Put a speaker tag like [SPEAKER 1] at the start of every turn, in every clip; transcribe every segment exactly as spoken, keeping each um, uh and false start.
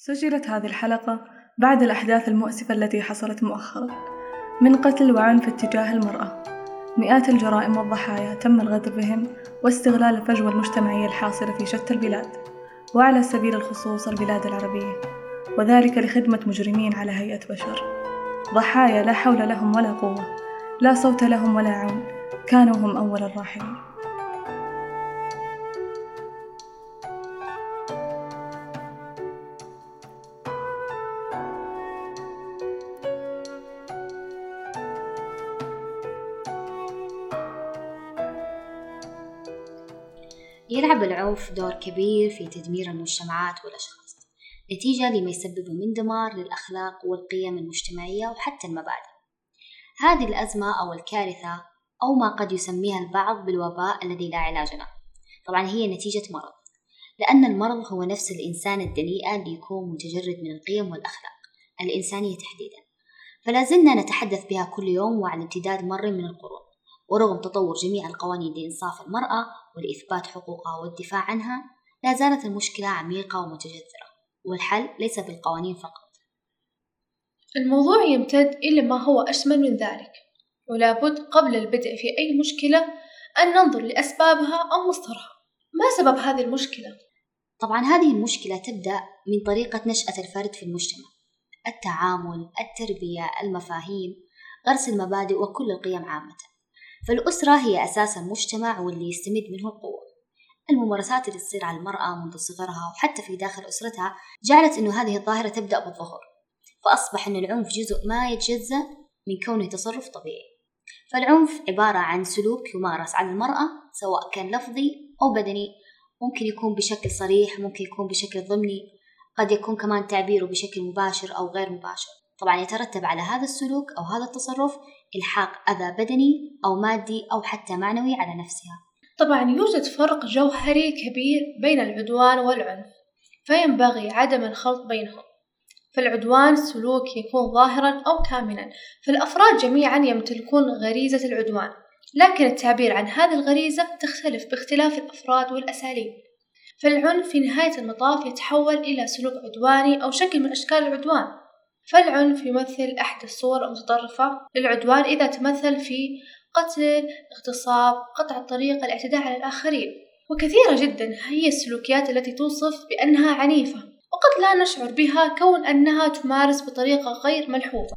[SPEAKER 1] سجلت هذه الحلقة بعد الأحداث المؤسفة التي حصلت مؤخرا من قتل وعنف اتجاه المرأة. مئات الجرائم والضحايا تم الغدر بهم واستغلال الفجوة المجتمعية الحاصلة في شتى البلاد، وعلى سبيل الخصوص البلاد العربية، وذلك لخدمة مجرمين على هيئة بشر. ضحايا لا حول لهم ولا قوة، لا صوت لهم ولا عون، كانوا هم أول الراحلين.
[SPEAKER 2] يلعب العنف دور كبير في تدمير المجتمعات والأشخاص نتيجة لما يسببه من دمار للأخلاق والقيم المجتمعية وحتى المبادئ. هذه الأزمة أو الكارثة أو ما قد يسميها البعض بالوباء الذي لا علاج له، طبعا هي نتيجة مرض، لأن المرض هو نفس الإنسان الدنيئة اللي يكون متجرد من القيم والأخلاق الإنسانية تحديدا، فلا زلنا نتحدث بها كل يوم وعلى امتداد مر من القرون. ورغم تطور جميع القوانين لإنصاف المرأة ولإثبات حقوقها والدفاع عنها، لا زالت المشكلة عميقة ومتجذرة، والحل ليس بالقوانين فقط.
[SPEAKER 3] الموضوع يمتد إلى ما هو أشمل من ذلك، ولا بد قبل البدء في أي مشكلة أن ننظر لأسبابها أو مصدرها. ما سبب هذه المشكلة؟
[SPEAKER 2] طبعا هذه المشكلة تبدأ من طريقة نشأة الفرد في المجتمع، التعامل، التربية، المفاهيم، غرس المبادئ وكل القيم عامة. فالأسرة هي أساس المجتمع واللي يستمد منه القوة. الممارسات اللي تصير على المرأة منذ صغرها وحتى في داخل أسرتها جعلت أنه هذه الظاهرة تبدأ بالظهور، فأصبح أن العنف جزء ما يتجزأ من كونه تصرف طبيعي. فالعنف عبارة عن سلوك يمارس على المرأة سواء كان لفظي أو بدني، ممكن يكون بشكل صريح، ممكن يكون بشكل ضمني، قد يكون كمان تعبيره بشكل مباشر أو غير مباشر. طبعا يترتب على هذا السلوك أو هذا التصرف إلحاق أذى بدني أو مادي أو حتى معنوي على نفسها.
[SPEAKER 3] طبعا يوجد فرق جوهري كبير بين العدوان والعنف، فينبغي عدم الخلط بينهم. فالعدوان سلوك يكون ظاهرا أو كامنا، فالأفراد جميعا يمتلكون غريزة العدوان، لكن التعبير عن هذه الغريزة تختلف باختلاف الأفراد والأساليب. فالعنف في نهاية المطاف يتحول إلى سلوك عدواني أو شكل من أشكال العدوان. فالعنف يمثل أحد الصور المتطرفة للعدوان إذا تمثل في قتل، اغتصاب، قطع الطريق، الاعتداء على الآخرين. وكثيرة جدا هي السلوكيات التي توصف بأنها عنيفة، وقد لا نشعر بها كون أنها تمارس بطريقة غير ملحوظة.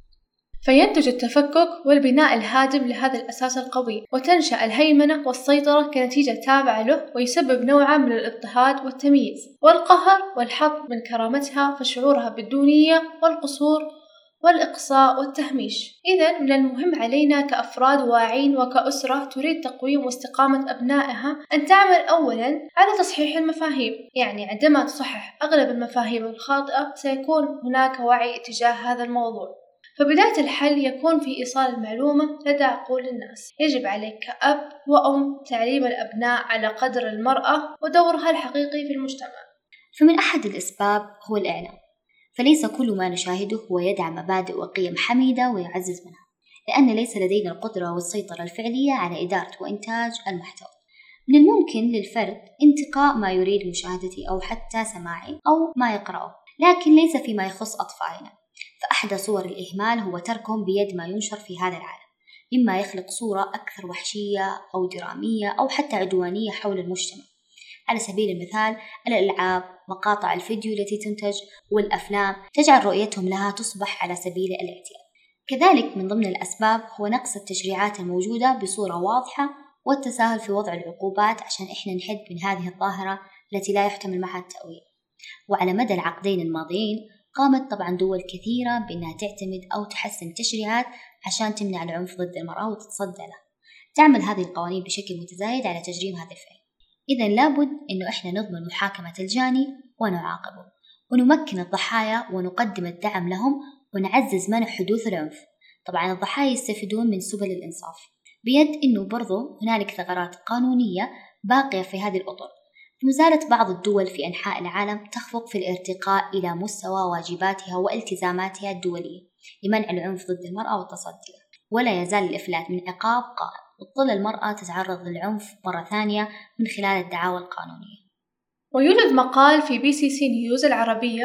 [SPEAKER 3] فينتج التفكك والبناء الهادم لهذا الأساس القوي، وتنشأ الهيمنة والسيطرة كنتيجة تابعة له، ويسبب نوعا من الاضطهاد والتمييز والقهر والحط من كرامتها، فشعورها بالدونية والقصور والإقصاء والتهميش. إذن من المهم علينا كأفراد واعين وكأسرة تريد تقويم واستقامة أبنائها أن تعمل أولا على تصحيح المفاهيم. يعني عندما تصحح أغلب المفاهيم الخاطئة سيكون هناك وعي تجاه هذا الموضوع. فبداية الحل يكون في إيصال المعلومة لدى عقول الناس. يجب عليك كأب وأم تعليم الأبناء على قدر المرأة ودورها الحقيقي في المجتمع.
[SPEAKER 2] فمن أحد الأسباب هو الإعلام، فليس كل ما نشاهده هو يدعم مبادئ وقيم حميدة ويعزز منها، لأن ليس لدينا القدرة والسيطرة الفعلية على إدارة وإنتاج المحتوى. من الممكن للفرد انتقاء ما يريد مشاهدته أو حتى سماعه أو ما يقرأه، لكن ليس فيما يخص أطفالنا. فأحد صور الإهمال هو تركهم بيد ما ينشر في هذا العالم، مما يخلق صورة أكثر وحشية أو درامية أو حتى عدوانية حول المجتمع. على سبيل المثال الألعاب، مقاطع الفيديو التي تنتج والأفلام تجعل رؤيتهم لها تصبح على سبيل الاعتياد. كذلك من ضمن الأسباب هو نقص التشريعات الموجودة بصورة واضحة والتساهل في وضع العقوبات عشان إحنا نحد من هذه الظاهرة التي لا يحتمل معها التأويل. وعلى مدى العقدين الماضيين قامت طبعا دول كثيرة بأنها تعتمد أو تحسن تشريعات عشان تمنع العنف ضد المرأة وتتصدى له. تعمل هذه القوانين بشكل متزايد على تجريم هذا الفعل. إذن لابد أنه إحنا نضمن محاكمة الجاني ونعاقبه، ونمكن الضحايا ونقدم الدعم لهم، ونعزز منع حدوث العنف. طبعا الضحايا يستفيدون من سبل الإنصاف، بيد أنه برضو هنالك ثغرات قانونية باقية في هذه الأطر. ما زالت بعض الدول في أنحاء العالم تخفق في الارتقاء إلى مستوى واجباتها والتزاماتها الدولية لمنع العنف ضد المرأة والتصدي له، ولا يزال الإفلات من عقاب قائم، وتظل المرأة تتعرض للعنف مرة ثانية من خلال الدعاوى القانونية.
[SPEAKER 3] ويوجد مقال في بي سي سي نيوز العربية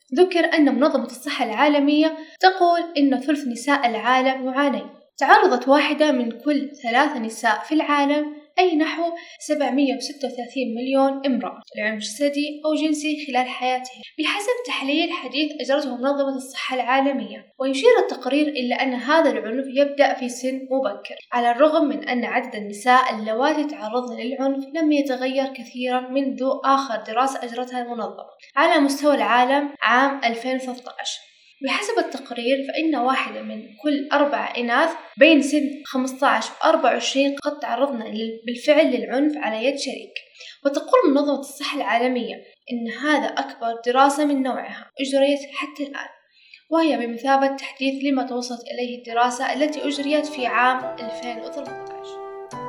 [SPEAKER 3] ذكر أن منظمة الصحة العالمية تقول إن ثلث نساء العالم يعانين. تعرضت واحدة من كل ثلاث نساء في العالم، أي نحو سبعمئة وستة وثلاثين مليون امرأة، لعنف جسدي أو جنسي خلال حياتها، بحسب تحليل حديث أجرته منظمة الصحة العالمية. ويشير التقرير إلى أن هذا العنف يبدأ في سن مبكر، على الرغم من أن عدد النساء اللواتي تعرضن للعنف لم يتغير كثيرا منذ آخر دراسة أجرتها المنظمة على مستوى العالم عام ألفين وثلاثة عشر. بحسب التقرير فإن واحدة من كل أربع إناث بين سن خمسة عشر و أربعة وعشرين قد تعرضن بالفعل للعنف على يد شريك. وتقول منظمة الصحة العالمية إن هذا أكبر دراسة من نوعها أجريت حتى الآن، وهي بمثابة تحديث لما توصلت إليه الدراسة التي أجريت في عام ألفين وثلاثة عشر.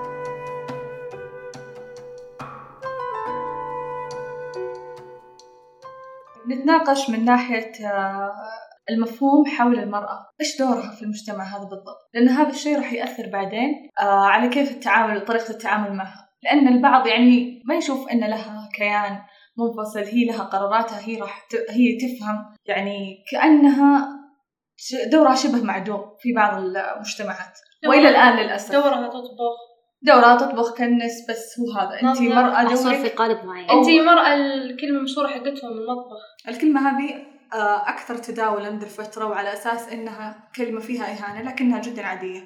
[SPEAKER 1] نتناقش من ناحية المفهوم حول المرأة، إيش دورها في المجتمع هذا بالضبط، لأن هذا الشيء راح يأثر بعدين على كيف التعامل وطريقة التعامل معها. لأن البعض يعني ما يشوف أن لها كيان منفصل، هي لها قراراتها، هي راح ت... هي تفهم، يعني كأنها دورها شبه معدوم في بعض المجتمعات، وإلى الآن للأسف.
[SPEAKER 3] دورها تطبخ
[SPEAKER 1] دورها تطبخ كنس، بس هو هذا أنت مرأة
[SPEAKER 2] دورك في قالب معين،
[SPEAKER 3] أنت مرأة. الكلمة المشهورة حقتهم المطبخ،
[SPEAKER 1] الكلمة هذه أكثر تداولا منذ الفترة، وعلى أساس أنها كلمة فيها إهانة، لكنها جدا عادية.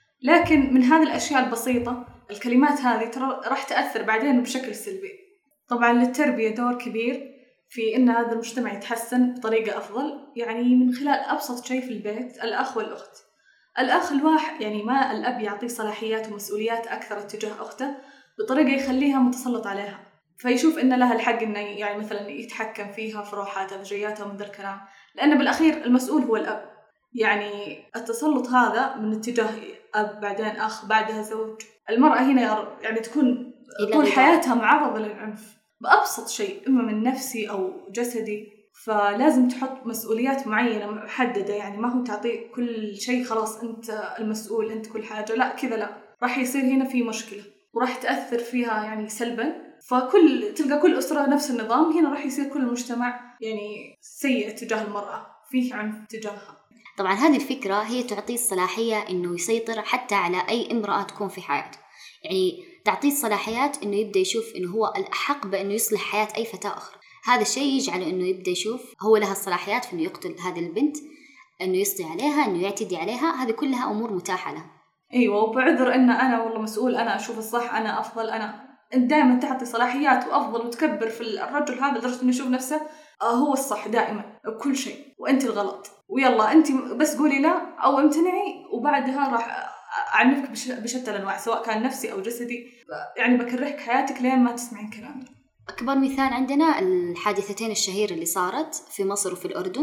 [SPEAKER 1] لكن من هذه الأشياء البسيطة، الكلمات هذه ترى راح تأثر بعدين بشكل سلبي. طبعا للتربية دور كبير في أن هذا المجتمع يتحسن بطريقة أفضل، يعني من خلال أبسط شيء في البيت، الأخ والأخت. الأخ الواحد يعني ما الأب يعطيه صلاحيات ومسؤوليات أكثر اتجاه أخته بطريقة يخليها متسلط عليها، فيشوف إن لها الحق إنه يعني مثلا يتحكم فيها في روحاتها في جياتها من ذا الكلام، لأن بالأخير المسؤول هو الأب. يعني التسلط هذا من اتجاه أب، بعدين أخ، بعدها زوج. المرأة هنا يعني تكون طول حياتها معرضة للعنف بأبسط شيء، إما من نفسي أو جسدي، فلازم تحط مسؤوليات معينة محددة. يعني ما هو تعطي كل شيء خلاص أنت المسؤول، أنت كل حاجة، لا كذا لا، راح يصير هنا في مشكلة وراح تأثر فيها يعني سلبا. فكل تلقى كل أسرة نفس النظام، هنا راح يصير كل المجتمع يعني سيء تجاه المرأة، فيه عنف تجاهها.
[SPEAKER 2] طبعا هذه الفكرة هي تعطيه الصلاحية إنه يسيطر حتى على أي امرأة تكون في حياته، يعني تعطيه الصلاحيات إنه يبدأ يشوف إنه هو الأحق بإنه يصلح حياة أي فتاة أخرى. هذا الشيء يجعله إنه يبدأ يشوف هو لها الصلاحيات في إنه يقتل هذه البنت، إنه يسطي عليها، إنه يعتدي عليها. هذه كلها أمور متاحة له.
[SPEAKER 1] أيوة، وبعذر إن أنا والله مسؤول، أنا أشوف الصح، أنا أفضل، أنا دائما تعطي صلاحيات وأفضل وتكبر في الرجل هذا لدرجة إنه يشوف نفسه هو الصح دائما بكل شيء وأنت الغلط، ويلا أنت بس قولي لا أو امتنعي، وبعدها راح أعنفك بشتى الأنواع سواء كان نفسي أو جسدي، يعني بكرهك حياتك لين ما تسمعين كلامي.
[SPEAKER 2] أكبر مثال عندنا الحادثتين الشهيرة اللي صارت في مصر وفي الأردن،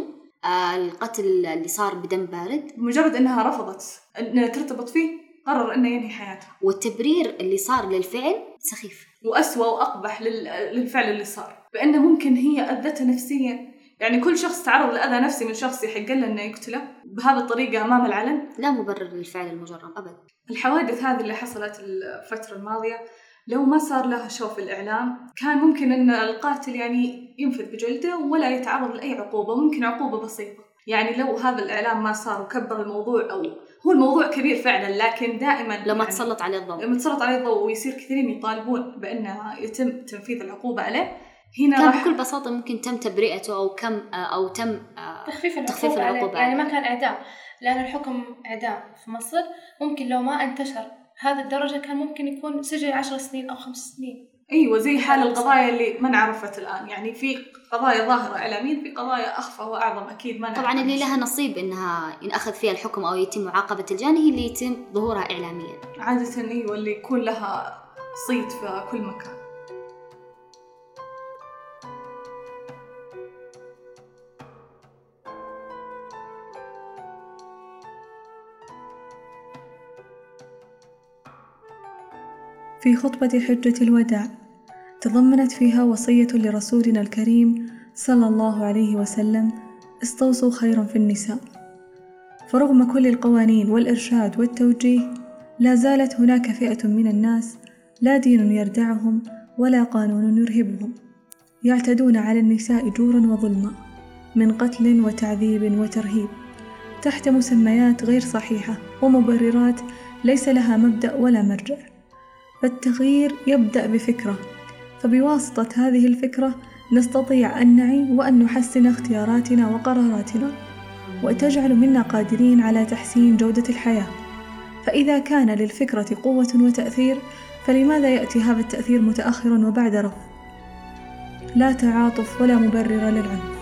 [SPEAKER 2] القتل اللي صار بدم بارد،
[SPEAKER 1] مجرد أنها رفضت أن ترتبط فيه قرر أنه ينهي حياته،
[SPEAKER 2] والتبرير اللي صار للفعل سخيف
[SPEAKER 1] وأسوأ وأقبح للفعل اللي صار، بأنه ممكن هي أذتها نفسيا. يعني كل شخص تعرض لأذى نفسي من شخص يحق له أنه يقتله بهذه الطريقة أمام العلن،
[SPEAKER 2] لا مبرر للفعل المجرم أبدا.
[SPEAKER 1] الحوادث هذه اللي حصلت الفترة الماضية لو ما صار لها شو في الإعلام كان ممكن أن القاتل يعني ينفذ بجلده ولا يتعرض لأي عقوبة، ممكن عقوبة بسيطة. يعني لو هذا الإعلام ما صار وكبر الموضوع، أو هو الموضوع كبير فعلا لكن دائما
[SPEAKER 2] لما
[SPEAKER 1] يعني
[SPEAKER 2] تسلط عليه الضوء
[SPEAKER 1] لما تسلط عليه الضوء ويصير كثيرين يطالبون بأنه يتم تنفيذ العقوبة عليه، هنا
[SPEAKER 2] كان
[SPEAKER 1] راح
[SPEAKER 2] بكل بساطة ممكن تم تبرئته أو كم أو تم
[SPEAKER 3] تخفيف العقوبة,
[SPEAKER 2] تخفيف العقوبة
[SPEAKER 3] يعني ما كان إعدام، لأن الحكم إعدام في مصر ممكن لو ما انتشر هذا الدرجة كان ممكن يكون سجن عشر سنين أو خمس سنين.
[SPEAKER 1] أيوة، زي حال القضايا اللي ما نعرفت الآن، يعني في قضايا ظاهرة إعلاميا، في قضايا أخفى وأعظم أكيد ما نعرف.
[SPEAKER 2] طبعا اللي لها نصيب إنها ينأخذ فيها الحكم أو يتم معاقبة الجاني هي اللي يتم ظهورها إعلاميا
[SPEAKER 1] عادة. أيوة، اللي يكون لها صيت في كل مكان. في خطبة حجة الوداع تضمنت فيها وصية لرسولنا الكريم صلى الله عليه وسلم: استوصوا خيرا في النساء. فرغم كل القوانين والإرشاد والتوجيه لا زالت هناك فئة من الناس لا دين يردعهم ولا قانون يرهبهم، يعتدون على النساء جورا وظلما، من قتل وتعذيب وترهيب تحت مسميات غير صحيحة ومبررات ليس لها مبدأ ولا مرجع. فالتغيير يبدأ بفكرة، فبواسطة هذه الفكرة نستطيع أن نعي وأن نحسن اختياراتنا وقراراتنا، وتجعل منا قادرين على تحسين جودة الحياة. فإذا كان للفكرة قوة وتأثير، فلماذا يأتي هذا التأثير متأخرا وبعد رفض؟ لا تعاطف ولا مبرر للعنف.